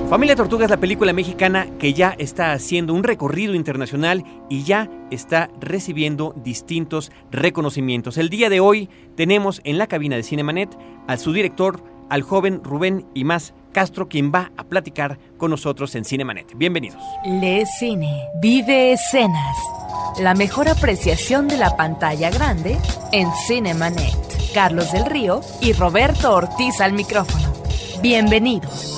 Familia Tortuga es la película mexicana que ya está haciendo un recorrido internacional y ya está recibiendo distintos reconocimientos. El día de hoy tenemos en la cabina de Cinemanet a su director, al joven Rubén Imaz Castro, quien va a platicar con nosotros en Cinemanet. Bienvenidos. Lee cine, vive escenas. La mejor apreciación de la pantalla grande en Cinemanet. Carlos del Río y Roberto Ortiz al micrófono. Bienvenidos.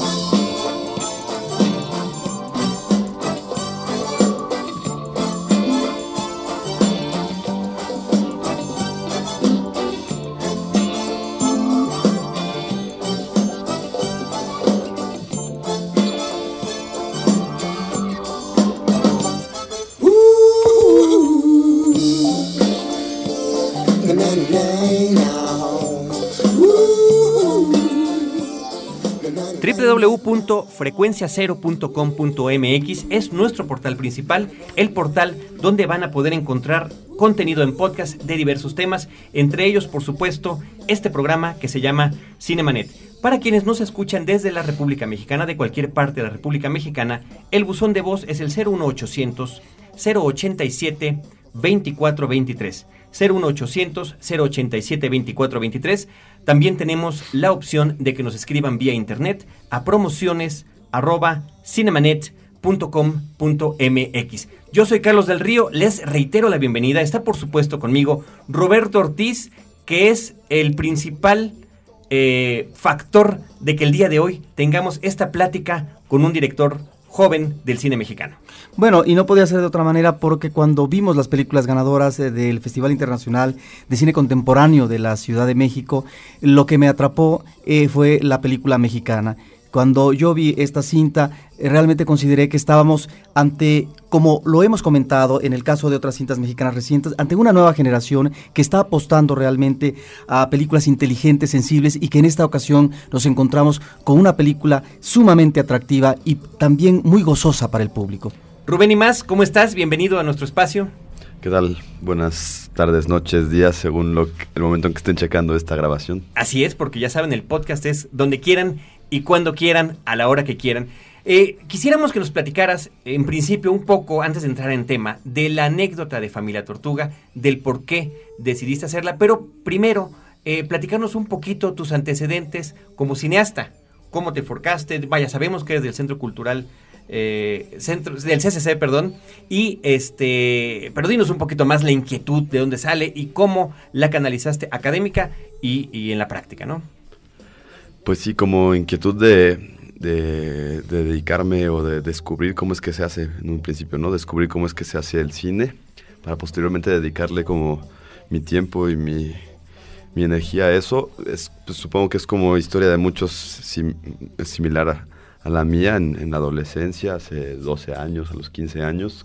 www.frecuenciacero.com.mx es nuestro portal principal, el portal donde van a poder encontrar contenido en podcast de diversos temas, entre ellos, por supuesto, este programa que se llama Cinemanet. Para quienes nos escuchan desde la República Mexicana, de cualquier parte de la República Mexicana, el buzón de voz es el 01800 087 2423. 01800 087 2423. También tenemos la opción de que nos escriban vía internet a promociones@cinemanet.com.mx. Yo soy Carlos del Río, les reitero la bienvenida. Está por supuesto conmigo Roberto Ortiz, que es el principal factor de que el día de hoy tengamos esta plática con un director joven del cine mexicano. Bueno, y no podía ser de otra manera porque cuando vimos las películas ganadoras del Festival Internacional de Cine Contemporáneo de la Ciudad de México, lo que me atrapó fue la película mexicana. Cuando yo vi esta cinta, realmente consideré que estábamos ante, como lo hemos comentado en el caso de otras cintas mexicanas recientes, ante una nueva generación que está apostando realmente a películas inteligentes, sensibles, y que en esta ocasión nos encontramos con una película sumamente atractiva y también muy gozosa para el público. Rubén Imaz, ¿cómo estás? Bienvenido a nuestro espacio. ¿Qué tal? Buenas tardes, noches, días, según el momento en que estén checando esta grabación. Así es, porque ya saben, el podcast es donde quieran y cuando quieran, a la hora que quieran. Quisiéramos que nos platicaras, en principio, un poco, antes de entrar en tema, de la anécdota de Familia Tortuga, del por qué decidiste hacerla, pero primero, platicarnos un poquito tus antecedentes como cineasta. ¿Cómo te forcaste? Vaya, sabemos que eres del Centro Cultural, del CCC, perdón, y pero dinos un poquito más la inquietud, de dónde sale y cómo la canalizaste académica y en la práctica, ¿no? Pues sí, como inquietud de dedicarme o de descubrir cómo es que se hace en un principio, ¿no? Descubrir cómo es que se hace el cine para posteriormente dedicarle como mi tiempo y mi energía a eso. Pues, supongo que es como historia de muchos, similar a la mía en la adolescencia, hace 12 años, a los 15 años.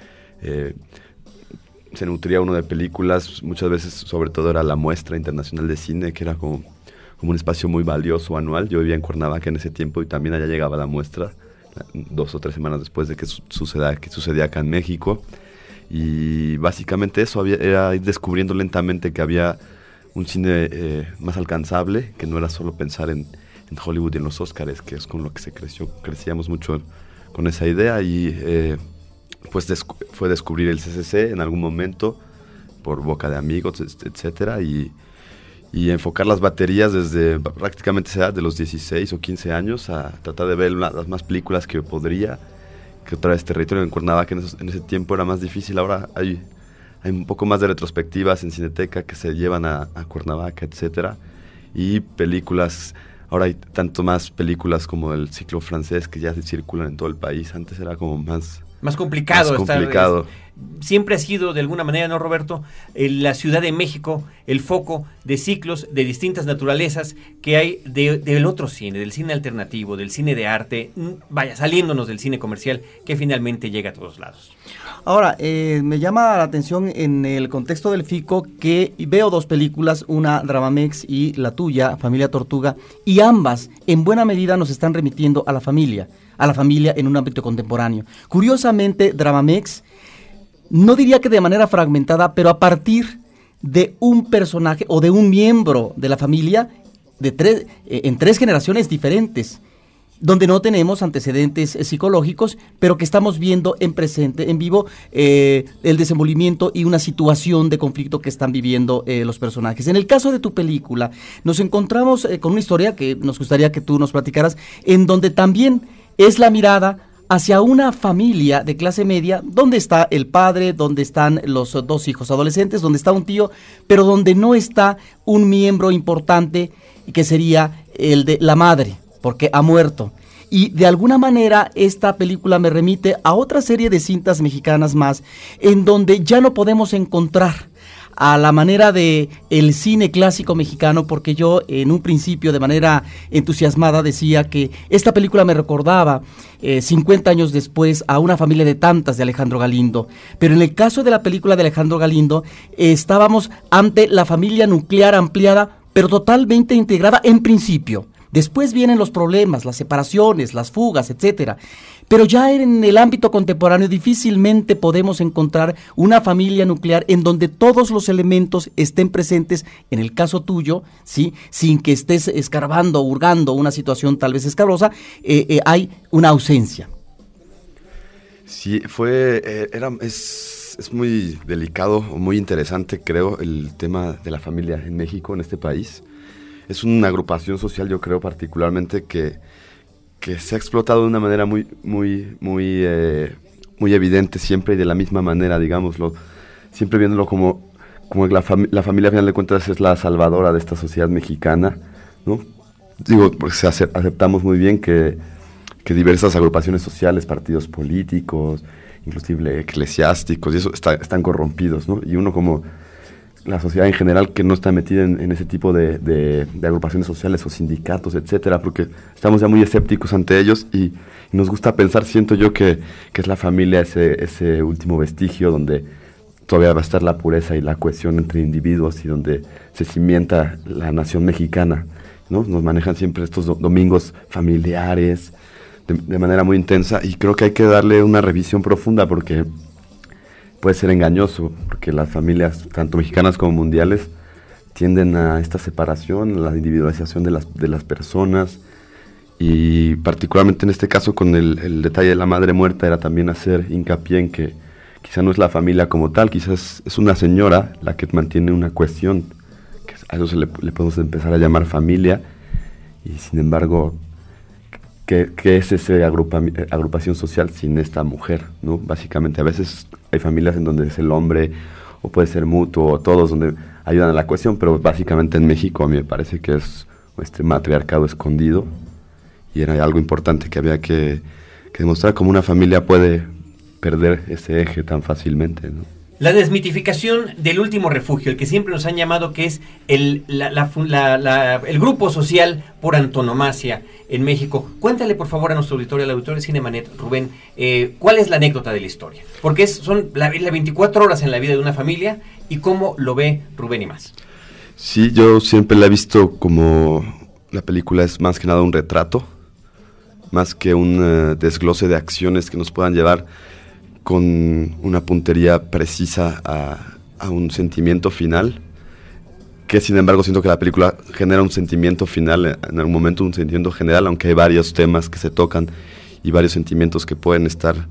Se nutría uno de películas, muchas veces sobre todo era la Muestra Internacional de Cine, que era como un espacio muy valioso anual. Yo vivía en Cuernavaca en ese tiempo y también allá llegaba la muestra 2 o 3 semanas después de que sucedía acá en México. Y básicamente eso era ir descubriendo lentamente que había un cine más alcanzable, que no era solo pensar en Hollywood y en los Óscares, que es con lo que crecíamos mucho con esa idea. Y pues fue descubrir el CCC en algún momento por boca de amigos, etcétera, y enfocar las baterías desde prácticamente esa edad, de los 16 o 15 años, a tratar de ver las más películas que podría, que otra vez territorio en Cuernavaca en ese tiempo era más difícil. Ahora hay un poco más de retrospectivas en Cineteca que se llevan a Cuernavaca, etcétera, y películas. Ahora hay tanto más películas como el ciclo francés que ya circulan en todo el país. Antes era como más complicado. Siempre ha sido, de alguna manera, ¿no, Roberto? La Ciudad de México, el foco de ciclos de distintas naturalezas que hay del otro cine, del cine alternativo, del cine de arte, vaya, saliéndonos del cine comercial, que finalmente llega a todos lados. Ahora, me llama la atención en el contexto del FICO que veo 2 películas, una Dramamex y la tuya, Familia Tortuga, y ambas en buena medida nos están remitiendo a la familia en un ámbito contemporáneo. Curiosamente, Dramamex, no diría que de manera fragmentada, pero a partir de un personaje o de un miembro de la familia en 3 generaciones diferentes. donde no tenemos antecedentes psicológicos, pero que estamos viendo en presente, en vivo, el desenvolvimiento y una situación de conflicto que están viviendo los personajes. En el caso de tu película, nos encontramos con una historia que nos gustaría que tú nos platicaras, en donde también es la mirada hacia una familia de clase media, donde está el padre, donde están los 2 hijos adolescentes, donde está un tío, pero donde no está un miembro importante, que sería el de la madre, porque ha muerto. Y de alguna manera esta película me remite a otra serie de cintas mexicanas más, en donde ya no podemos encontrar a la manera de el cine clásico mexicano, porque yo en un principio de manera entusiasmada decía que esta película me recordaba 50 años después a Una familia de tantas de Alejandro Galindo, pero en el caso de la película de Alejandro Galindo estábamos ante la familia nuclear ampliada, pero totalmente integrada en principio. Después vienen los problemas, las separaciones, las fugas, etcétera. Pero ya en el ámbito contemporáneo difícilmente podemos encontrar una familia nuclear en donde todos los elementos estén presentes, en el caso tuyo, ¿sí? Sin que estés escarbando, hurgando una situación tal vez escabrosa, hay una ausencia. Sí, es muy delicado, muy interesante, creo, el tema de la familia en México, en este país. Es una agrupación social, yo creo, particularmente que se ha explotado de una manera muy evidente siempre y de la misma manera, digámoslo, siempre viéndolo como la familia, a final de cuentas, es la salvadora de esta sociedad mexicana, ¿no? Digo, pues aceptamos muy bien que diversas agrupaciones sociales, partidos políticos, inclusive eclesiásticos, y eso están corrompidos, ¿no? Y uno como la sociedad en general que no está metida en ese tipo de agrupaciones sociales o sindicatos, etcétera, porque estamos ya muy escépticos ante ellos y nos gusta pensar, siento yo, que es la familia ese último vestigio donde todavía va a estar la pureza y la cohesión entre individuos y donde se cimienta la nación mexicana, ¿no? Nos manejan siempre estos domingos familiares de manera muy intensa y creo que hay que darle una revisión profunda porque puede ser engañoso, porque las familias, tanto mexicanas como mundiales, tienden a esta separación, a la individualización de las personas, y particularmente en este caso con el detalle de la madre muerta era también hacer hincapié en que quizá no es la familia como tal, quizás es una señora la que mantiene una cuestión, que a eso le podemos empezar a llamar familia, y sin embargo, ¿qué es esa agrupación social sin esta mujer, ¿no? Básicamente, a veces hay familias en donde es el hombre, o puede ser mutuo, o todos donde ayudan a la cuestión, pero básicamente en México a mí me parece que es este matriarcado escondido, y era algo importante que había que demostrar cómo una familia puede perder ese eje tan fácilmente, ¿no? La desmitificación del último refugio, el que siempre nos han llamado que es el grupo social por antonomasia en México. Cuéntale, por favor, a nuestro auditorio, al auditorio de Cinemanet, Rubén, ¿cuál es la anécdota de la historia? Porque son las 24 horas en la vida de una familia y cómo lo ve Rubén y más. Sí, yo siempre la he visto como la película es más que nada un retrato, más que un desglose de acciones que nos puedan llevar con una puntería precisa a un sentimiento final, que sin embargo siento que la película genera un sentimiento final, en algún momento un sentimiento general, aunque hay varios temas que se tocan y varios sentimientos que pueden estar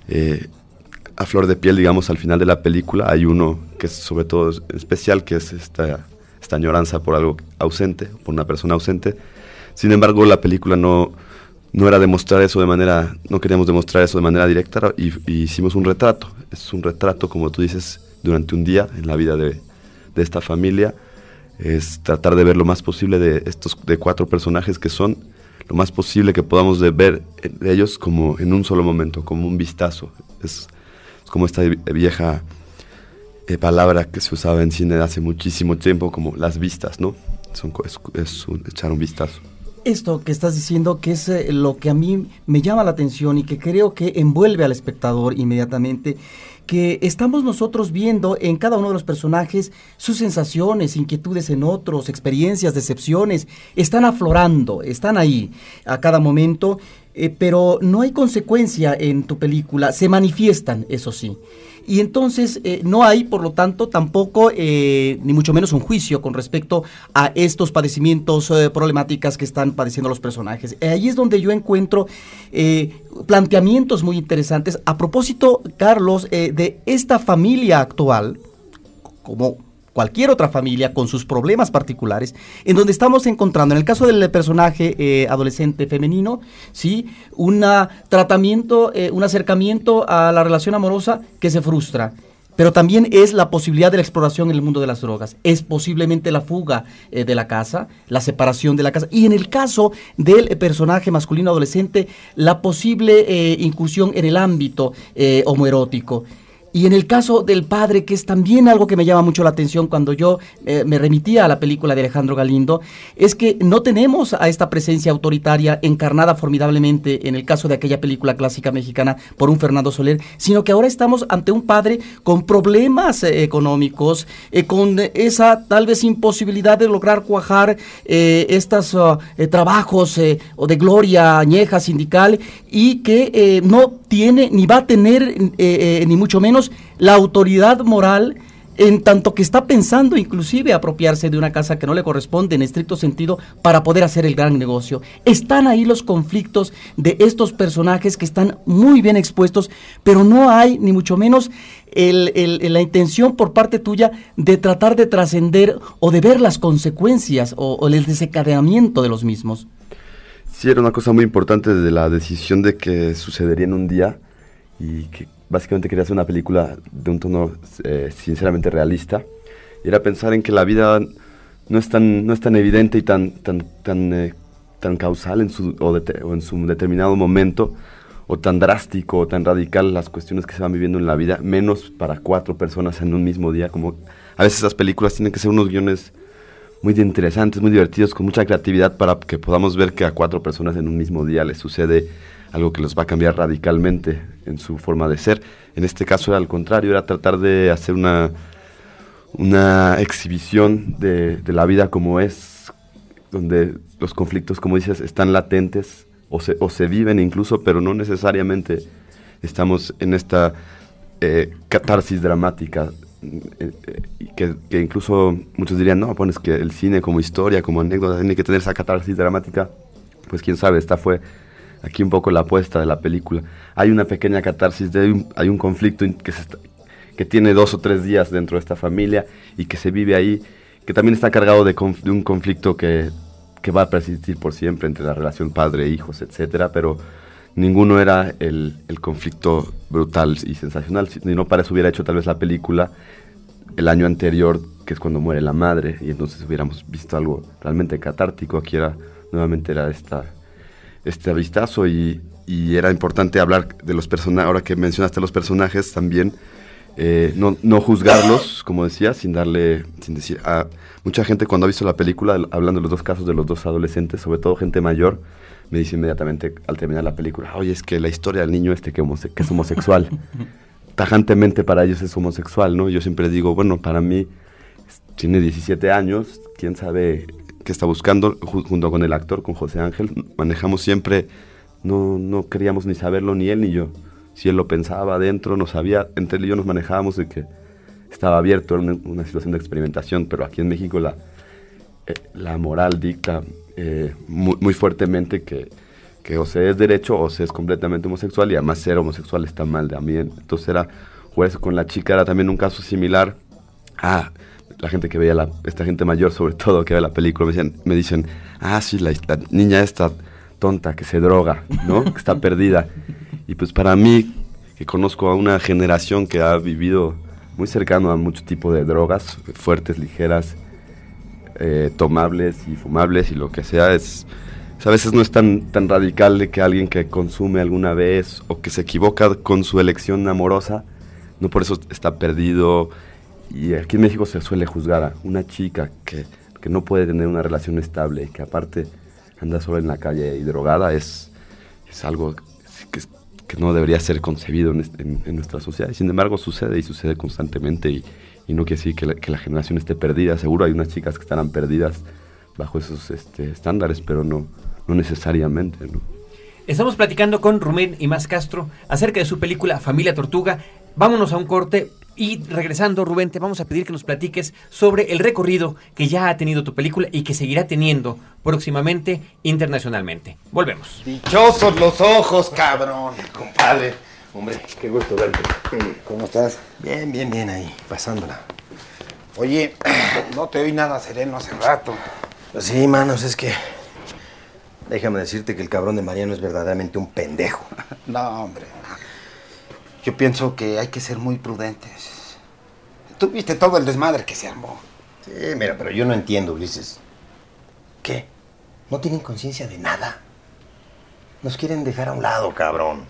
a flor de piel, digamos, al final de la película. Hay uno que es sobre todo especial, que es esta añoranza por algo ausente, por una persona ausente. Sin embargo, la película no era demostrar eso no queríamos demostrar eso de manera directa y hicimos un retrato. Es un retrato, como tú dices, durante un día en la vida de esta familia. Es tratar de ver lo más posible de 4 personajes que son lo más posible que podamos ver de ellos como en un solo momento, como un vistazo. Es como esta vieja palabra que se usaba en cine hace muchísimo tiempo, como las vistas, ¿no? Es echar un vistazo. Esto que estás diciendo, que es lo que a mí me llama la atención y que creo que envuelve al espectador inmediatamente, que estamos nosotros viendo en cada uno de los personajes sus sensaciones, inquietudes en otros, experiencias, decepciones, están aflorando, están ahí a cada momento, pero no hay consecuencia en tu película, se manifiestan, eso sí. y entonces no hay, por lo tanto, tampoco, ni mucho menos un juicio con respecto a estos padecimientos, problemáticas que están padeciendo los personajes. Ahí es donde yo encuentro planteamientos muy interesantes. A propósito, Carlos, de esta familia actual, como cualquier otra familia con sus problemas particulares, en donde estamos encontrando, en el caso del personaje adolescente femenino, ¿sí?, un acercamiento a la relación amorosa que se frustra. Pero también es la posibilidad de la exploración en el mundo de las drogas. Es posiblemente la fuga de la casa, la separación de la casa. Y en el caso del personaje masculino adolescente, la posible incursión en el ámbito homoerótico. Y en el caso del padre, que es también algo que me llama mucho la atención cuando yo me remitía a la película de Alejandro Galindo, es que no tenemos a esta presencia autoritaria encarnada formidablemente en el caso de aquella película clásica mexicana por un Fernando Soler, sino que ahora estamos ante un padre con problemas económicos, con esa tal vez imposibilidad de lograr cuajar estos trabajos o de gloria añeja sindical, y que no tiene ni va a tener ni mucho menos la autoridad moral, en tanto que está pensando inclusive apropiarse de una casa que no le corresponde en estricto sentido para poder hacer el gran negocio. Están ahí los conflictos de estos personajes que están muy bien expuestos, pero no hay ni mucho menos la intención por parte tuya de tratar de trascender o de ver las consecuencias o el desencadenamiento de los mismos. Sí, era una cosa muy importante de la decisión de que sucedería en un día, y que básicamente quería hacer una película de un tono sinceramente realista, y era pensar en que la vida no es tan evidente y tan causal en su determinado momento, o tan drástico o tan radical las cuestiones que se van viviendo en la vida, menos para 4 personas en un mismo día. Como a veces esas películas tienen que ser unos guiones muy interesantes, muy divertidos, con mucha creatividad, para que podamos ver que a 4 personas en un mismo día les sucede algo que los va a cambiar radicalmente en su forma de ser. En este caso era al contrario, era tratar de hacer una exhibición de la vida como es, donde los conflictos, como dices, están latentes o se viven incluso, pero no necesariamente estamos en esta catarsis dramática, que incluso muchos dirían, no, pones que el cine como historia, como anécdota, tiene que tener esa catarsis dramática. Pues quién sabe, esta fue aquí un poco la apuesta de la película. Hay una pequeña catarsis, hay un conflicto que tiene 2 o 3 días dentro de esta familia y que se vive ahí, que también está cargado de un conflicto que va a persistir por siempre entre la relación padre-hijos, etcétera, pero ninguno era el conflicto brutal y sensacional. Si no, para eso hubiera hecho tal vez la película el año anterior, que es cuando muere la madre, y entonces hubiéramos visto algo realmente catártico. Aquí nuevamente era este vistazo, y era importante hablar de los personajes. Ahora que mencionaste a los personajes también, no juzgarlos, como decía, sin decir a mucha gente cuando ha visto la película, hablando de los 2 casos de los 2 adolescentes, sobre todo gente mayor, me dice inmediatamente al terminar la película, oye, es que la historia del niño que es homosexual, tajantemente para ellos es homosexual, ¿no? Yo siempre digo, bueno, para mí tiene 17 años, quién sabe qué está buscando. Junto con el actor, con José Ángel, manejamos siempre, no queríamos ni saberlo ni él ni yo. Si él lo pensaba adentro, no sabía, entre él y yo nos manejábamos de que estaba abierto, era una situación de experimentación, pero aquí en México la moral dicta muy fuertemente que o se es derecho o se es completamente homosexual, y además ser homosexual está mal también. Entonces jugar eso con la chica era también un caso similar. La gente que veía, esta gente mayor sobre todo que ve la película, me dicen, sí, la niña esta tonta que se droga, ¿no? Que está perdida. Y pues para mí, que conozco a una generación que ha vivido muy cercano a mucho tipo de drogas, fuertes, ligeras, tomables y fumables y lo que sea, a veces no es tan radical de que alguien que consume alguna vez o que se equivoca con su elección amorosa, no por eso está perdido. Y aquí en México se suele juzgar a una chica que no puede tener una relación estable, que aparte anda sola en la calle y drogada, es algo que no debería ser concebido en nuestra sociedad. Y sin embargo sucede, y sucede constantemente, y no quiere decir que la generación esté perdida. Seguro hay unas chicas que estarán perdidas bajo esos estándares, pero no necesariamente, ¿no? Estamos platicando con Rubén Imaz Castro acerca de su película Familia Tortuga. Vámonos a un corte y regresando, Rubén, te vamos a pedir que nos platiques sobre el recorrido que ya ha tenido tu película y que seguirá teniendo próximamente internacionalmente. Volvemos. Dichosos los ojos, cabrón, compadre. Hombre, qué gusto verte. ¿Cómo estás? Bien ahí, pasándola. Oye, no te oí nada sereno hace rato. Pues sí, manos, es que... Déjame decirte que el cabrón de Mariano es verdaderamente un pendejo. No, hombre. Yo pienso que hay que ser muy prudentes. Tú viste todo el desmadre que se armó. Sí, mira, pero yo no entiendo, Ulises. ¿Qué? ¿No tienen conciencia de nada? Nos quieren dejar a un lado, cabrón.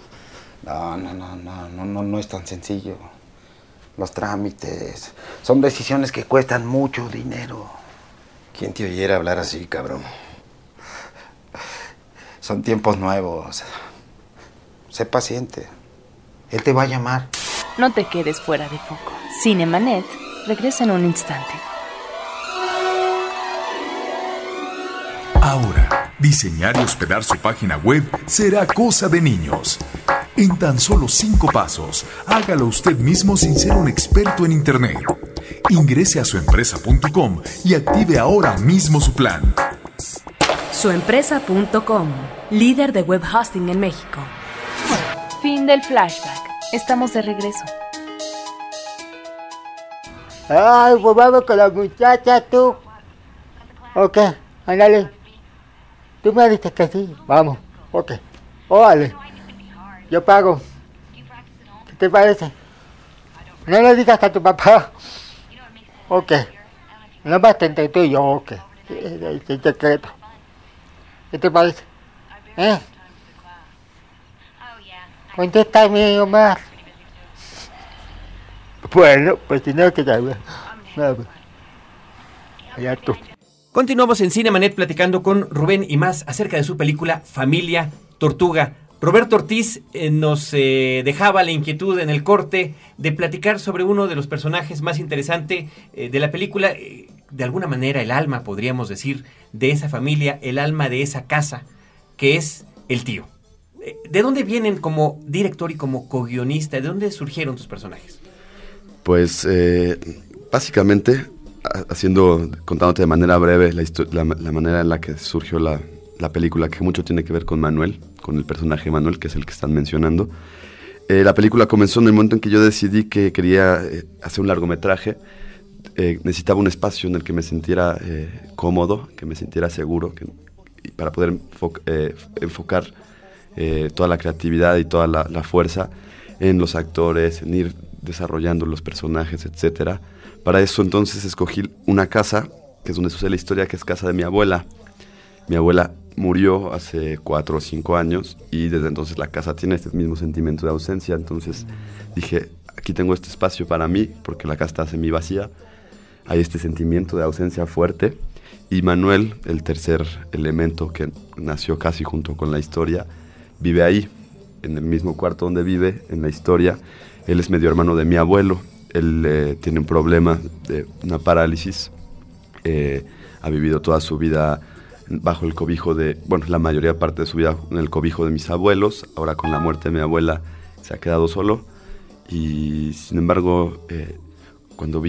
No es tan sencillo. Los trámites son decisiones que cuestan mucho dinero. ¿Quién te oyera hablar así, cabrón? Son tiempos nuevos. Sé paciente. Él te va a llamar. No te quedes fuera de foco. Cinemanet regresa en un instante. Ahora, diseñar y hospedar su página web será cosa de niños. En tan solo 5 pasos, hágalo usted mismo sin ser un experto en Internet. Ingrese a suempresa.com y active ahora mismo su plan. Suempresa.com, líder de web hosting en México. Fin del flashback. Estamos de regreso. Ay, pues vamos con la muchacha, tú. Ok, ándale. Tú me dices que sí, vamos. Ok, órale. Yo pago. ¿Qué te parece? No le digas a tu papá. Ok. No más entre tú y yo, ok. Es secreto. ¿Qué te parece? Contéstame, Omar. Bueno, pues si no, que saber. Allá tú. Continuamos en Cinemanet platicando con Rubén y más acerca de su película Familia Tortuga. Roberto Ortiz nos dejaba la inquietud en el corte de platicar sobre uno de los personajes más interesantes de la película, de alguna manera el alma, podríamos decir, de esa familia, el alma de esa casa, que es el tío. ¿De dónde vienen como director y como co-guionista? ¿De dónde surgieron tus personajes? Pues básicamente, contándote de manera breve la manera en la que surgió la película, que mucho tiene que ver con Manuel, con el personaje Manuel, que es el que están mencionando. La película comenzó en el momento en que yo decidí que quería hacer un largometraje. Necesitaba un espacio en el que me sintiera cómodo, que me sintiera seguro, para poder enfocar toda la creatividad y toda la fuerza en los actores, en ir desarrollando los personajes, etcétera. Para eso entonces escogí una casa, que es donde sucede la historia, que es casa de mi abuela. Mi abuela murió hace 4 o 5 años y desde entonces la casa tiene este mismo sentimiento de ausencia. Entonces dije, aquí tengo este espacio para mí, porque la casa está semivacía. Hay este sentimiento de ausencia fuerte. Y Manuel, el tercer elemento que nació casi junto con la historia, vive ahí, en el mismo cuarto donde vive, en la historia. Él es medio hermano de mi abuelo. Él tiene un problema de una parálisis. Ha vivido toda su vida bajo el cobijo la mayoría parte de su vida en el cobijo de mis abuelos. Ahora con la muerte de mi abuela se ha quedado solo. Y sin embargo, cuando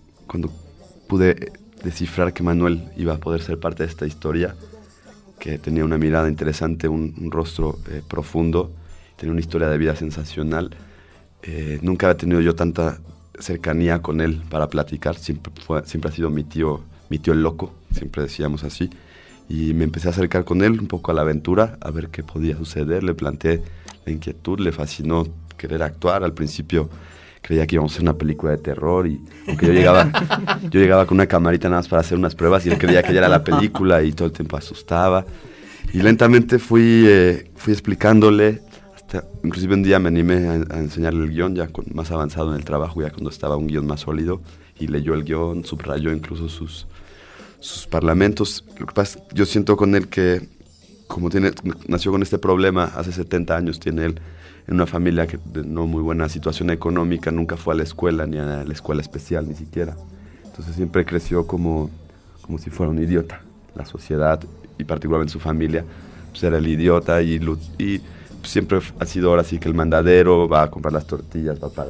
pude descifrar que Manuel iba a poder ser parte de esta historia, que tenía una mirada interesante, un rostro profundo, tenía una historia de vida sensacional, nunca había tenido yo tanta cercanía con él para platicar. Siempre ha sido mi tío el loco, siempre decíamos así. Y me empecé a acercar con él un poco a la aventura, a ver qué podía suceder. Le planteé la inquietud, le fascinó querer actuar. Al principio creía que íbamos a hacer una película de terror, y aunque yo llegaba con una camarita nada más para hacer unas pruebas, y él creía que ya era la película y todo el tiempo asustaba. Y lentamente fui explicándole, hasta inclusive un día me animé a enseñarle el guión, ya más avanzado en el trabajo, ya cuando estaba un guión más sólido, y leyó el guión, subrayó incluso sus parlamentos. Lo que pasa, yo siento con él que como nació con este problema hace 70 años, tiene él en una familia que de no muy buena situación económica, nunca fue a la escuela, ni a la escuela especial, ni siquiera. Entonces siempre creció como si fuera un idiota. La sociedad, y particularmente su familia, pues era el idiota, y siempre ha sido ahora sí que el mandadero, va a comprar las tortillas, va a pagar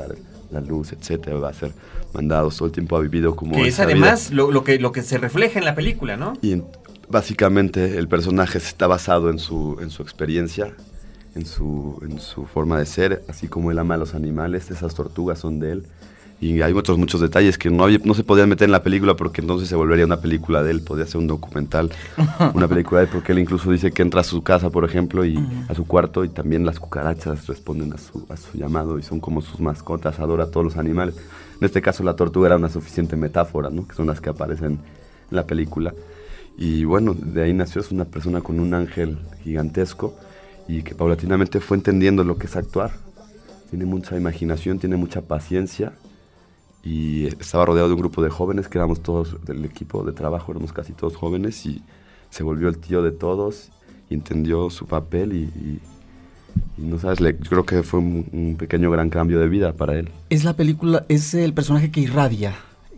la luz, etcétera, va a ser mandados, todo el tiempo ha vivido como que es esa además vida. lo que se refleja en la película, ¿no? Y básicamente el personaje está basado en su experiencia, en su forma de ser, así como él ama a los animales, esas tortugas son de él. Y hay otros muchos detalles que no se podían meter en la película porque entonces se volvería una película de él, podría ser un documental, una película de él, porque él incluso dice que entra a su casa, por ejemplo, y a su cuarto, y también las cucarachas responden a su llamado y son como sus mascotas, adora a todos los animales. En este caso la tortuga era una suficiente metáfora, ¿no? Que son las que aparecen en la película. Y bueno, de ahí nació, es una persona con un ángel gigantesco y que paulatinamente fue entendiendo lo que es actuar. Tiene mucha imaginación, tiene mucha paciencia. Y estaba rodeado de un grupo de jóvenes que éramos todos del equipo de trabajo, éramos casi todos jóvenes, y se volvió el tío de todos y entendió su papel y no sabes, yo creo que fue un pequeño gran cambio de vida para él. Es la película, es el personaje que irradia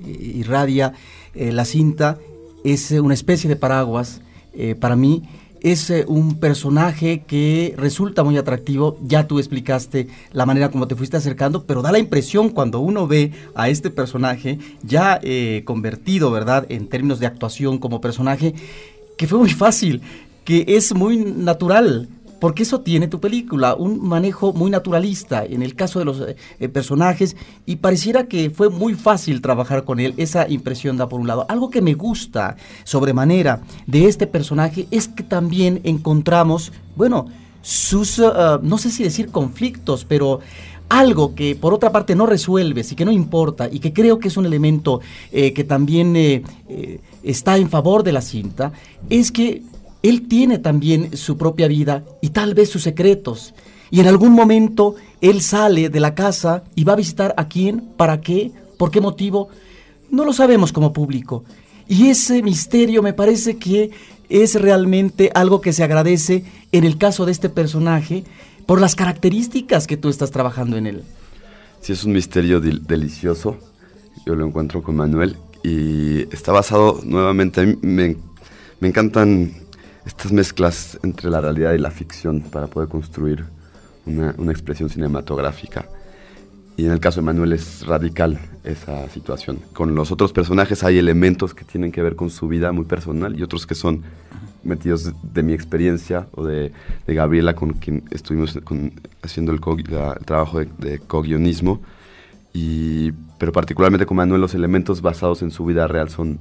la cinta, es una especie de paraguas para mí. Es un personaje que resulta muy atractivo, ya tú explicaste la manera como te fuiste acercando, pero da la impresión cuando uno ve a este personaje ya convertido, ¿verdad?, en términos de actuación como personaje, que fue muy fácil, que es muy natural, porque eso tiene tu película, un manejo muy naturalista en el caso de los personajes, y pareciera que fue muy fácil trabajar con él. Esa impresión da por un lado. Algo que me gusta sobremanera de este personaje es que también encontramos, bueno, sus, no sé si decir conflictos, pero algo que por otra parte no resuelves y que no importa, y que creo que es un elemento que también está en favor de la cinta, es que él tiene también su propia vida y tal vez sus secretos. Y en algún momento él sale de la casa y va a visitar a quién, para qué, por qué motivo. No lo sabemos como público. Y ese misterio me parece que es realmente algo que se agradece en el caso de este personaje por las características que tú estás trabajando en él. Sí, es un misterio delicioso. Yo lo encuentro con Manuel y está basado nuevamente. A mí me encantan estas mezclas entre la realidad y la ficción para poder construir una expresión cinematográfica. Y en el caso de Manuel es radical esa situación. Con los otros personajes hay elementos que tienen que ver con su vida muy personal y otros que son metidos de mi experiencia o de Gabriela, con quien estuvimos haciendo el trabajo de co-guionismo. Pero particularmente con Manuel los elementos basados en su vida real son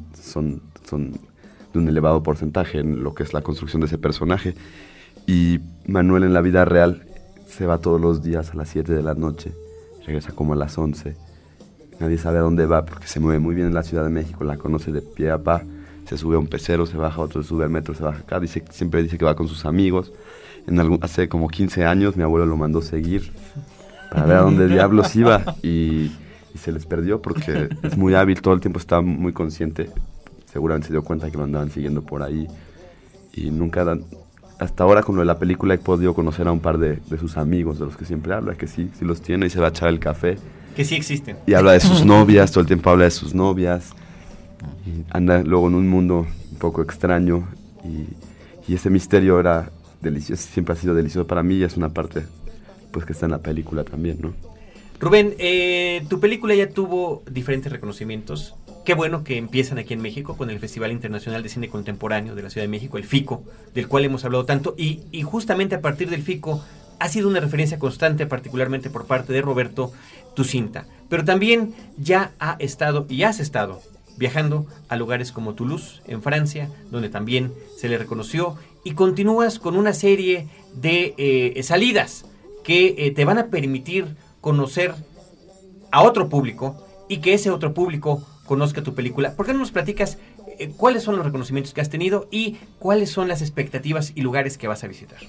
de un elevado porcentaje en lo que es la construcción de ese personaje. Y Manuel en la vida real se va todos los días a las 7 de la noche, regresa como a las 11. Nadie sabe a dónde va porque se mueve muy bien en la Ciudad de México, la conoce de pie a pa, se sube a un pecero, se baja a otro, se sube al metro, se baja acá, siempre dice que va con sus amigos. Hace como 15 años mi abuelo lo mandó seguir para ver a dónde diablos iba y se les perdió porque es muy hábil, todo el tiempo está muy consciente. Seguramente se dio cuenta que lo andaban siguiendo por ahí y hasta ahora con lo de la película he podido conocer a un par de sus amigos, de los que siempre habla, que sí los tiene y se va a echar el café. Que sí existen. Y habla de sus novias, todo el tiempo habla de sus novias. Y anda luego en un mundo un poco extraño y ese misterio era delicioso, siempre ha sido delicioso para mí y es una parte pues que está en la película también, ¿no? Rubén, tu película ya tuvo diferentes reconocimientos. Qué bueno que empiezan aquí en México con el Festival Internacional de Cine Contemporáneo de la Ciudad de México, el FICO, del cual hemos hablado tanto, y justamente a partir del FICO ha sido una referencia constante, particularmente por parte de Roberto, tu cinta. Pero también ya has estado viajando a lugares como Toulouse, en Francia, donde también se le reconoció, y continúas con una serie de salidas que te van a permitir conocer a otro público y que ese otro público conozca tu película. ¿Por qué no nos platicas cuáles son los reconocimientos que has tenido y cuáles son las expectativas y lugares que vas a visitar?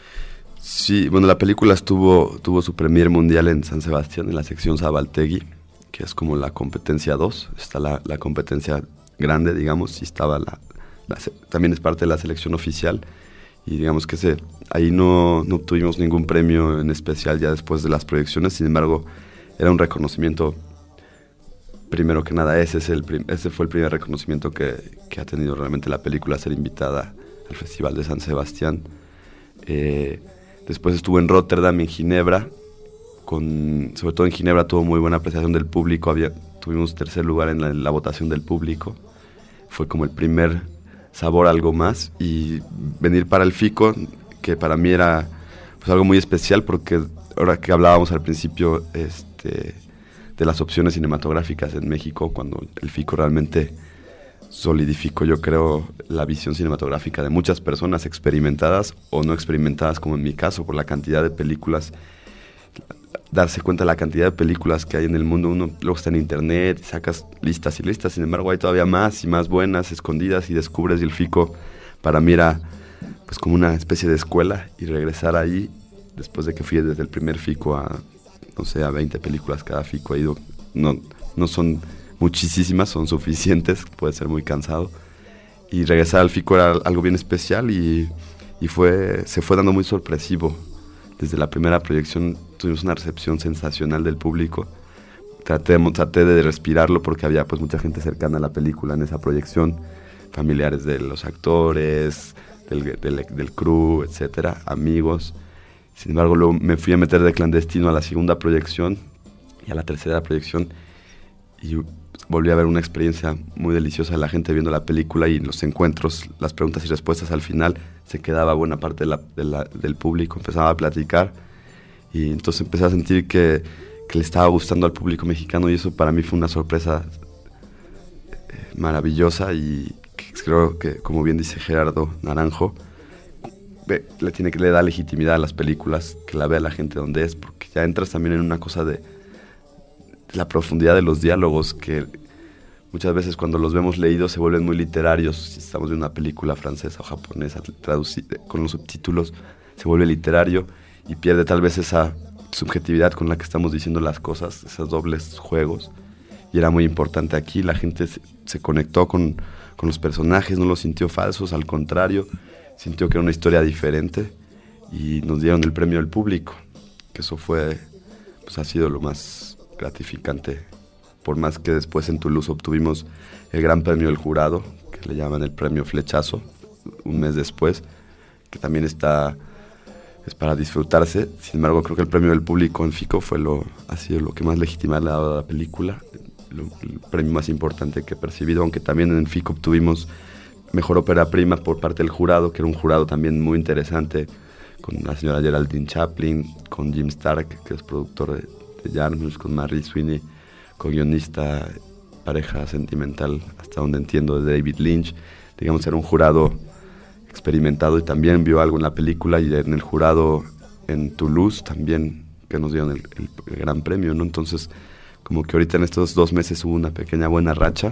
Sí, bueno, la película tuvo su premier mundial en San Sebastián, en la sección Zabaltegui, que es como la competencia 2. Está la competencia grande, digamos, y estaba también es parte de la selección oficial. Y digamos que ahí no obtuvimos ningún premio en especial ya después de las proyecciones, sin embargo, era un reconocimiento. Primero que nada, ese fue el primer reconocimiento que ha tenido realmente la película, ser invitada al Festival de San Sebastián. Después estuvo en Rotterdam y en Ginebra, sobre todo en Ginebra tuvo muy buena apreciación del público, tuvimos tercer lugar en la votación del público, fue como el primer sabor a algo más, y venir para el FICO, que para mí era pues algo muy especial, porque ahora que hablábamos al principio de las opciones cinematográficas en México, cuando el FICO realmente solidificó, yo creo, la visión cinematográfica de muchas personas experimentadas o no experimentadas, como en mi caso, por la cantidad de películas, darse cuenta de la cantidad de películas que hay en el mundo. Uno luego está en internet, sacas listas y listas, sin embargo hay todavía más y más buenas escondidas, y descubres, y el FICO para mí era pues como una especie de escuela, y regresar ahí, después de que fui desde el primer FICO a, no sé, a 20 películas cada FICO, he ido, no son muchísimas, son suficientes, puede ser muy cansado, y regresar al FICO era algo bien especial, y se fue dando muy sorpresivo. Desde la primera proyección tuvimos una recepción sensacional del público. Traté de respirarlo, porque había pues mucha gente cercana a la película en esa proyección, familiares de los actores, del crew, etcétera, amigos. Sin embargo, luego me fui a meter de clandestino a la segunda proyección y a la tercera proyección, y volví a ver una experiencia muy deliciosa de la gente viendo la película, y los encuentros, las preguntas y respuestas al final, se quedaba buena parte del público, empezaba a platicar, y entonces empecé a sentir que le estaba gustando al público mexicano, y eso para mí fue una sorpresa maravillosa, y creo que, como bien dice Gerardo Naranjo, le da legitimidad a las películas, que la vea la gente donde es, porque ya entras también en una cosa de la profundidad de los diálogos, que muchas veces cuando los vemos leídos se vuelven muy literarios. Si estamos viendo una película francesa o japonesa con los subtítulos, se vuelve literario y pierde tal vez esa subjetividad con la que estamos diciendo las cosas, esos dobles juegos. Y era muy importante aquí, la gente se conectó con los personajes, no los sintió falsos, al contrario, sintió que era una historia diferente, y nos dieron el premio del público, que eso fue, pues ha sido lo más gratificante, por más que después en Toulouse obtuvimos el gran premio del jurado, que le llaman el premio Flechazo, un mes después, que también es para disfrutarse. Sin embargo, creo que el premio del público en FICO ha sido lo que más legitimidad le ha dado a la película, el premio más importante que he percibido, aunque también en FICO obtuvimos mejor ópera prima por parte del jurado, que era un jurado también muy interesante, con la señora Geraldine Chaplin, con Jim Stark, que es productor de Jarmusch, con Mary Sweeney, co-guionista, pareja sentimental, hasta donde entiendo, de David Lynch. Digamos, era un jurado experimentado, y también vio algo en la película, y en el jurado en Toulouse también, que nos dieron el gran premio, ¿no? Entonces, como que ahorita en estos 2 meses hubo una pequeña buena racha,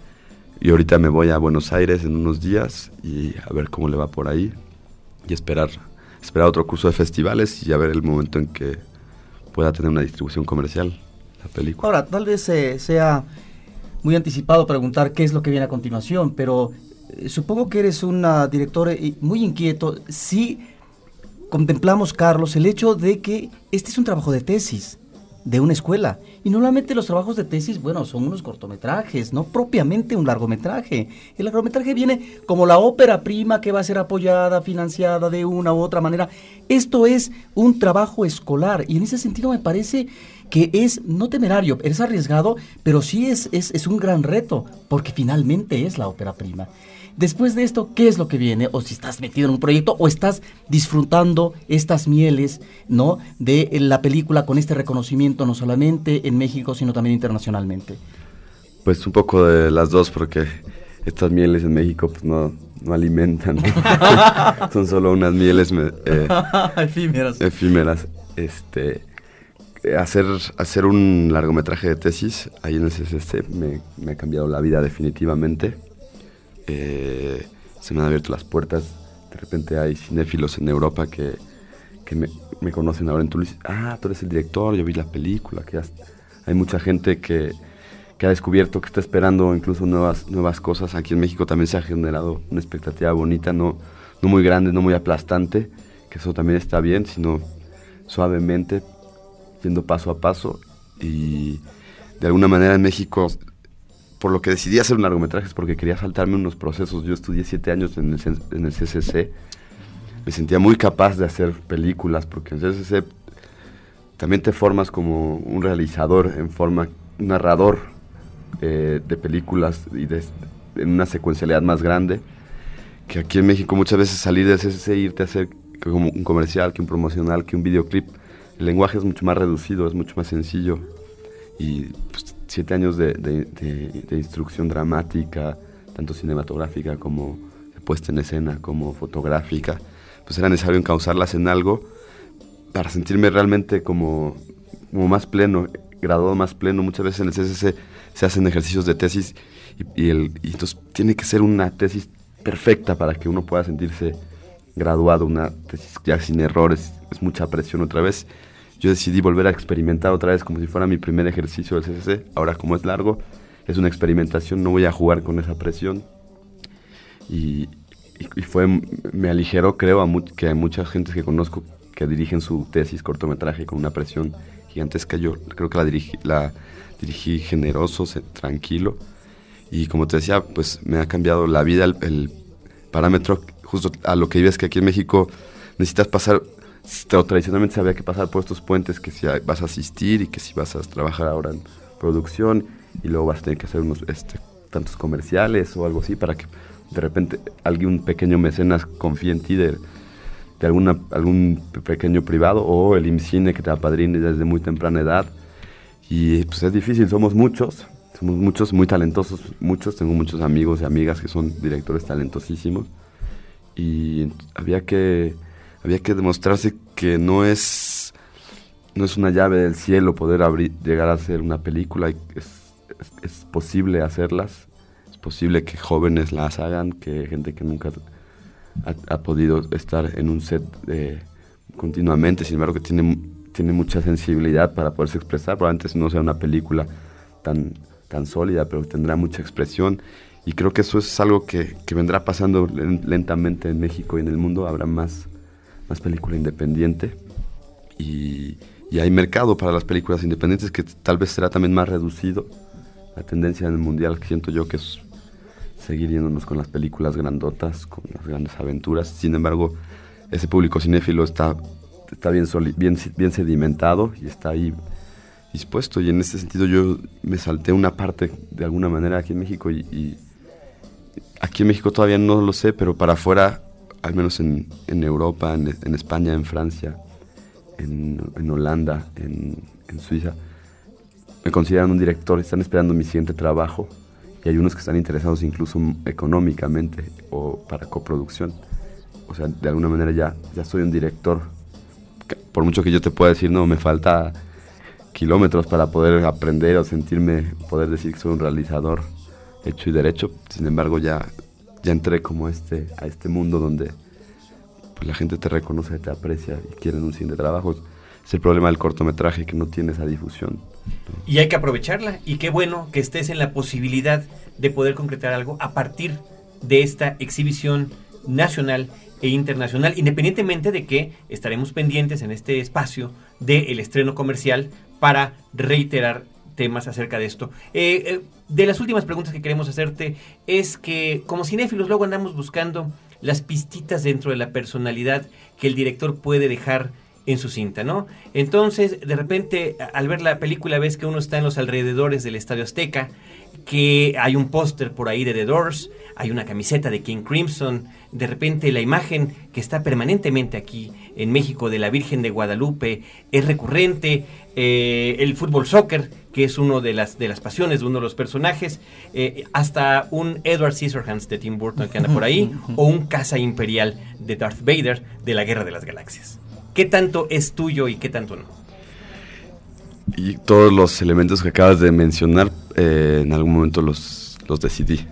y ahorita me voy a Buenos Aires en unos días, y a ver cómo le va por ahí, y esperar otro curso de festivales, y a ver el momento en que pueda tener una distribución comercial la película. Ahora, tal vez sea muy anticipado preguntar qué es lo que viene a continuación, pero supongo que eres un director muy inquieto. Sí contemplamos, Carlos, el hecho de que este es un trabajo de tesis de una escuela, y normalmente los trabajos de tesis, bueno, son unos cortometrajes, no propiamente un largometraje. El largometraje viene como la ópera prima que va a ser apoyada, financiada de una u otra manera. Esto es un trabajo escolar, y en ese sentido me parece que es no temerario, es arriesgado, pero sí es un gran reto, porque finalmente es la ópera prima. Después de esto, ¿qué es lo que viene? O si estás metido en un proyecto, o estás disfrutando estas mieles, ¿no?, de la película, con este reconocimiento no solamente en México, sino también internacionalmente. Pues un poco de las dos, porque estas mieles en México pues no alimentan, ¿no? Son solo unas mieles efímeras. Hacer un largometraje de tesis ahí en el CCC me ha cambiado la vida definitivamente. Se me han abierto las puertas. De repente hay cinéfilos en Europa que me conocen ahora en Toulouse. Tú eres el director, yo vi la película. Hay mucha gente que ha descubierto, que está esperando incluso nuevas cosas. Aquí en México también se ha generado una expectativa bonita, no muy grande, no muy aplastante, que eso también está bien, sino suavemente, yendo paso a paso. Y de alguna manera en México, por lo que decidí hacer un largometraje, es porque quería saltarme unos procesos. Yo estudié 7 años en el CCC, me sentía muy capaz de hacer películas, porque en el CCC también te formas como un realizador, un narrador de películas y en una secuencialidad más grande, que aquí en México muchas veces salir del CCC e irte a hacer como un comercial, que un promocional, que un videoclip, el lenguaje es mucho más reducido, es mucho más sencillo, y pues, 7 años de instrucción dramática, tanto cinematográfica como de puesta en escena, como fotográfica, pues era necesario encauzarlas en algo para sentirme realmente como más pleno, graduado más pleno. Muchas veces en el CCC se hacen ejercicios de tesis y entonces tiene que ser una tesis perfecta para que uno pueda sentirse graduado, una tesis ya sin errores, es mucha presión otra vez. Yo decidí volver a experimentar otra vez como si fuera mi primer ejercicio del CCC. Ahora, como es largo, es una experimentación, no voy a jugar con esa presión. Y me aligeró, creo, que hay mucha gente que conozco que dirigen su tesis cortometraje con una presión gigantesca. Yo creo que la dirigí generoso, tranquilo. Y como te decía, pues me ha cambiado la vida el parámetro justo a lo que vives, que aquí en México necesitas pasar, tradicionalmente se había que pasar por estos puentes, que si vas a asistir y que si vas a trabajar ahora en producción y luego vas a tener que hacer unos tantos comerciales o algo así para que de repente algún pequeño mecenas confíe en ti de algún pequeño privado o el IMCINE que te apadrine desde muy temprana edad. Y pues es difícil, somos muchos muy talentosos, tengo muchos amigos y amigas que son directores talentosísimos y había que demostrarse que no es una llave del cielo poder llegar a hacer una película. Es posible hacerlas, es posible que jóvenes las hagan, que gente que nunca ha podido estar en un set continuamente, sin embargo que tiene mucha sensibilidad para poderse expresar. Probablemente no sea una película tan sólida, pero tendrá mucha expresión, y creo que eso es algo que vendrá pasando lentamente en México y en el mundo. Habrá más película independiente y hay mercado para las películas independientes, que tal vez será también más reducido. La tendencia en el mundial, que siento yo, que es seguir yéndonos con las películas grandotas, con las grandes aventuras. Sin embargo, ese público cinéfilo está bien sedimentado y está ahí dispuesto, y en ese sentido yo me salté una parte de alguna manera aquí en México, y aquí en México todavía no lo sé, pero para afuera, al menos en Europa, en España, en Francia, en Holanda, en Suiza, me consideran un director, están esperando mi siguiente trabajo, y hay unos que están interesados incluso económicamente o para coproducción. O sea, de alguna manera ya soy un director. Por mucho que yo te pueda decir, no, me falta kilómetros para poder aprender o poder decir que soy un realizador hecho y derecho. Sin embargo, ya entré como a este mundo donde pues, la gente te reconoce, te aprecia y quieren un cine de trabajo. Es el problema del cortometraje, que no tiene esa difusión, ¿no? Y hay que aprovecharla, y qué bueno que estés en la posibilidad de poder concretar algo a partir de esta exhibición nacional e internacional, independientemente de que estaremos pendientes en este espacio del estreno comercial para reiterar temas acerca de esto. De las últimas preguntas que queremos hacerte es que como cinéfilos luego andamos buscando las pistitas dentro de la personalidad que el director puede dejar en su cinta, ¿no? Entonces, de repente, al ver la película ves que uno está en los alrededores del Estadio Azteca, que hay un póster por ahí de The Doors, hay una camiseta de King Crimson, de repente la imagen que está permanentemente aquí en México de la Virgen de Guadalupe es recurrente, el fútbol soccer, que es una de las pasiones de uno de los personajes, hasta un Edward Scissorhands de Tim Burton que anda por ahí, o un caza imperial de Darth Vader de la Guerra de las Galaxias. ¿Qué tanto es tuyo y qué tanto no? Y todos los elementos que acabas de mencionar, en algún momento los decidí.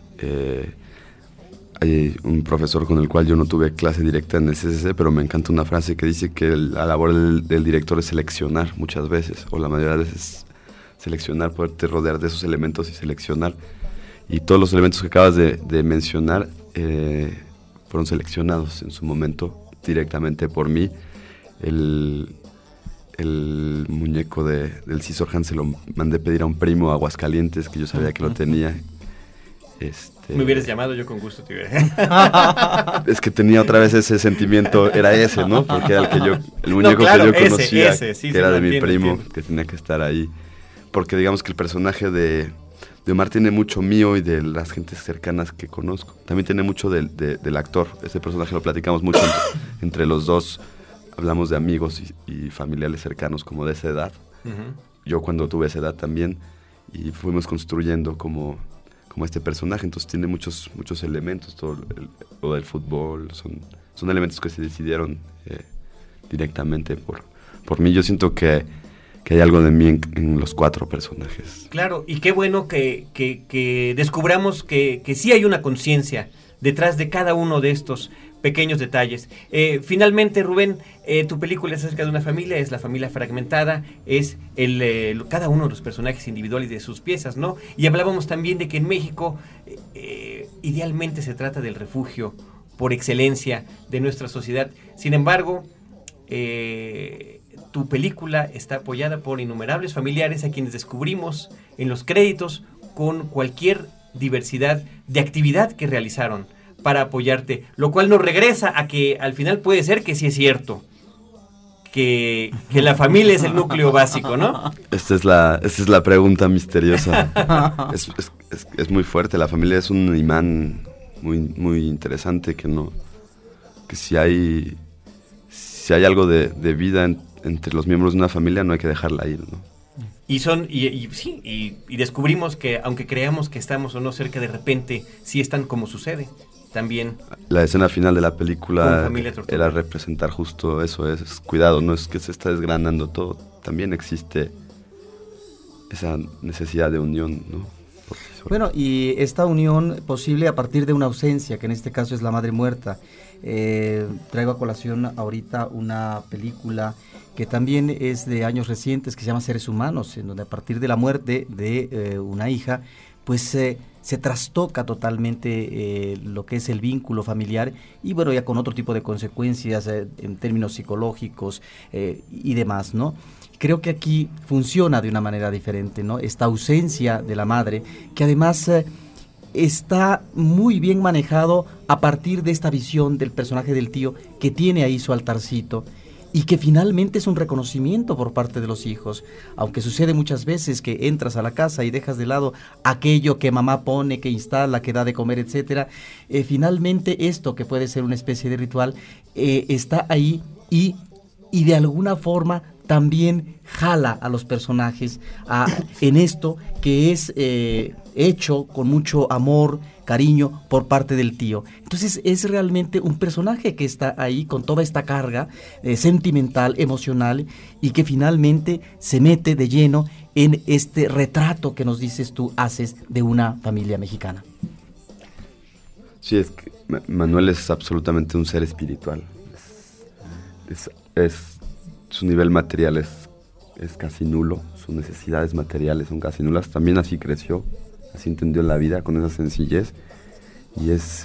Hay un profesor con el cual yo no tuve clase directa en el CCC, pero me encanta una frase que dice que la labor del director es seleccionar muchas veces, o la mayoría de veces seleccionar, poderte rodear de esos elementos y seleccionar. Y todos los elementos que acabas de mencionar fueron seleccionados en su momento directamente por mí. El muñeco del Scissorhands se lo mandé pedir a un primo a Aguascalientes, que yo sabía que lo tenía, Me hubieras llamado, yo con gusto te hubiera. Es que tenía otra vez ese sentimiento, era ese, ¿no? Porque era el muñeco que yo conocía, sí, que era de mi primo, que tenía que estar ahí. Porque digamos que el personaje de Omar tiene mucho mío y de las gentes cercanas que conozco. También tiene mucho del actor. Ese personaje lo platicamos mucho entre los dos. Hablamos de amigos y familiares cercanos como de esa edad. Uh-huh. Yo cuando tuve esa edad también. Y fuimos construyendo como este personaje. Entonces tiene muchos elementos. Todo lo del fútbol. Son elementos que se decidieron directamente por mí. Yo siento que hay algo de mí en los 4 personajes. Claro, y qué bueno que descubramos que sí hay una conciencia detrás de cada uno de estos pequeños detalles. Finalmente, Rubén, tu película es acerca de una familia, es la familia fragmentada, es cada uno de los personajes individuales de sus piezas, ¿no? Y hablábamos también de que en México idealmente se trata del refugio por excelencia de nuestra sociedad. Sin embargo, tu película está apoyada por innumerables familiares a quienes descubrimos en los créditos con cualquier diversidad de actividad que realizaron para apoyarte, lo cual nos regresa a que al final puede ser que sí es cierto, que la familia es el núcleo básico, ¿no? Esta es la pregunta misteriosa. Es muy fuerte, la familia es un imán muy, muy interesante que si hay algo de vida entre los miembros de una familia no hay que dejarla ir, ¿no? Y descubrimos que aunque creamos que estamos o no cerca, de repente sí están como sucede. También la escena final de la película era representar justo eso, es cuidado, no es que se está desgranando todo, también existe esa necesidad de unión, ¿no? Bueno, y esta unión posible a partir de una ausencia, que en este caso es la madre muerta. Traigo a colación ahorita una película que también es de años recientes, que se llama Seres Humanos, en donde a partir de la muerte de una hija, pues se trastoca totalmente lo que es el vínculo familiar, y bueno, ya con otro tipo de consecuencias en términos psicológicos y demás, ¿no? Creo que aquí funciona de una manera diferente, ¿no? Esta ausencia de la madre, que además está muy bien manejado a partir de esta visión del personaje del tío, que tiene ahí su altarcito, y que finalmente es un reconocimiento por parte de los hijos, aunque sucede muchas veces que entras a la casa y dejas de lado aquello que mamá pone, que instala, que da de comer, etcétera. Finalmente esto, que puede ser una especie de ritual, está ahí y de alguna forma también jala a los personajes en esto que es hecho con mucho amor, cariño por parte del tío. Entonces es realmente un personaje que está ahí con toda esta carga sentimental, emocional, y que finalmente se mete de lleno en este retrato que nos dices tú haces de una familia mexicana. Sí, es que Manuel es absolutamente un ser espiritual. Su nivel material es casi nulo, sus necesidades materiales son casi nulas. También así creció, así entendió la vida, con esa sencillez, y eso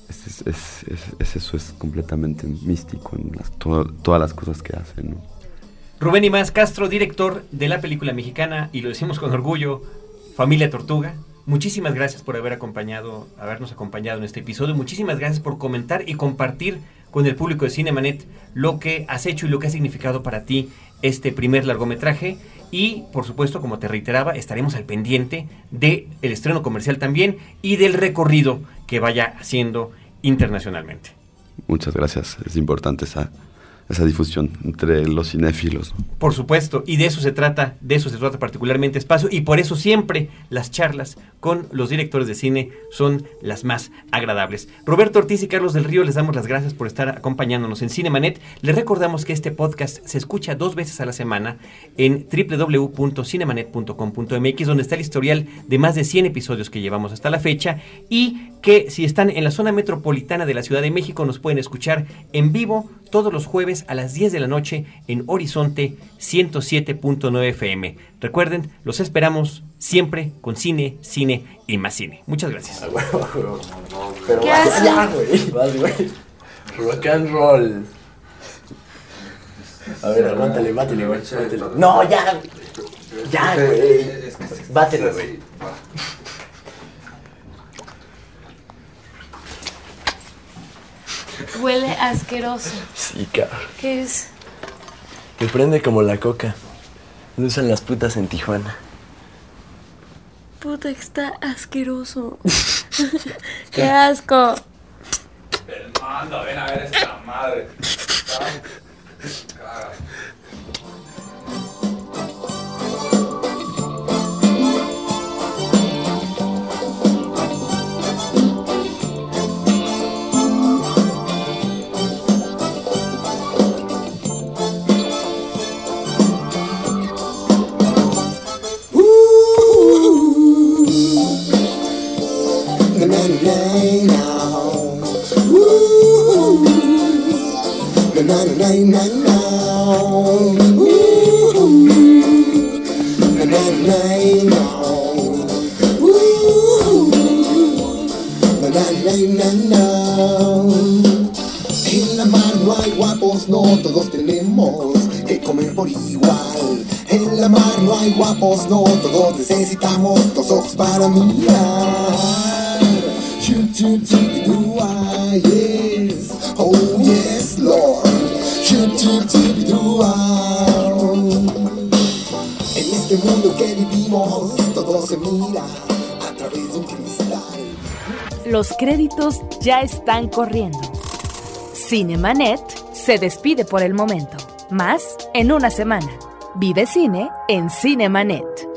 es completamente místico en todas las cosas que hace, ¿no? Rubén Imaz Castro, director de la película mexicana, y lo decimos con orgullo, Familia Tortuga. Muchísimas gracias por habernos acompañado en este episodio. Muchísimas gracias por comentar y compartir con el público de Cinemanet lo que has hecho y lo que ha significado para ti este primer largometraje. Y, por supuesto, como te reiteraba, estaremos al pendiente del estreno comercial también y del recorrido que vaya haciendo internacionalmente. Muchas gracias. Es importante esa difusión entre los cinéfilos. Por supuesto, y de eso se trata particularmente Espacio, y por eso siempre las charlas con los directores de cine son las más agradables. Roberto Ortiz y Carlos del Río, les damos las gracias por estar acompañándonos en Cinemanet. Les recordamos que este podcast se escucha 2 veces a la semana en www.cinemanet.com.mx, donde está el historial de más de 100 episodios que llevamos hasta la fecha, y que si están en la zona metropolitana de la Ciudad de México nos pueden escuchar en vivo todos los jueves a las 10 de la noche en Horizonte 107.9 FM. Recuerden, los esperamos siempre con cine, cine y más cine. Muchas gracias. Pero ¿qué haces? Ya, güey. Vas, güey. Rock and roll. A ver, aguántale, bátele, güey. No, ya. Ya, güey. Bátele, güey. Huele asqueroso. Sí, cabrón. ¿Qué es? Que prende como la coca. Lo usan las putas en Tijuana. Puta, está asqueroso. ¡Qué asco! Anda, ven a ver esta madre. En la mar no hay guapos, no todos tenemos que comer por igual. En la mar no hay guapos, no todos necesitamos dos ojos para mirar. Shoot, shoot, shoot, do I, yes, oh yes, Lord. Shoot, shoot, shoot, do I. En este mundo que vivimos, todo se mira a través de un cristal. Los créditos ya están corriendo. Cinemanet se despide por el momento. Más en una semana. Vive cine en Cinemanet.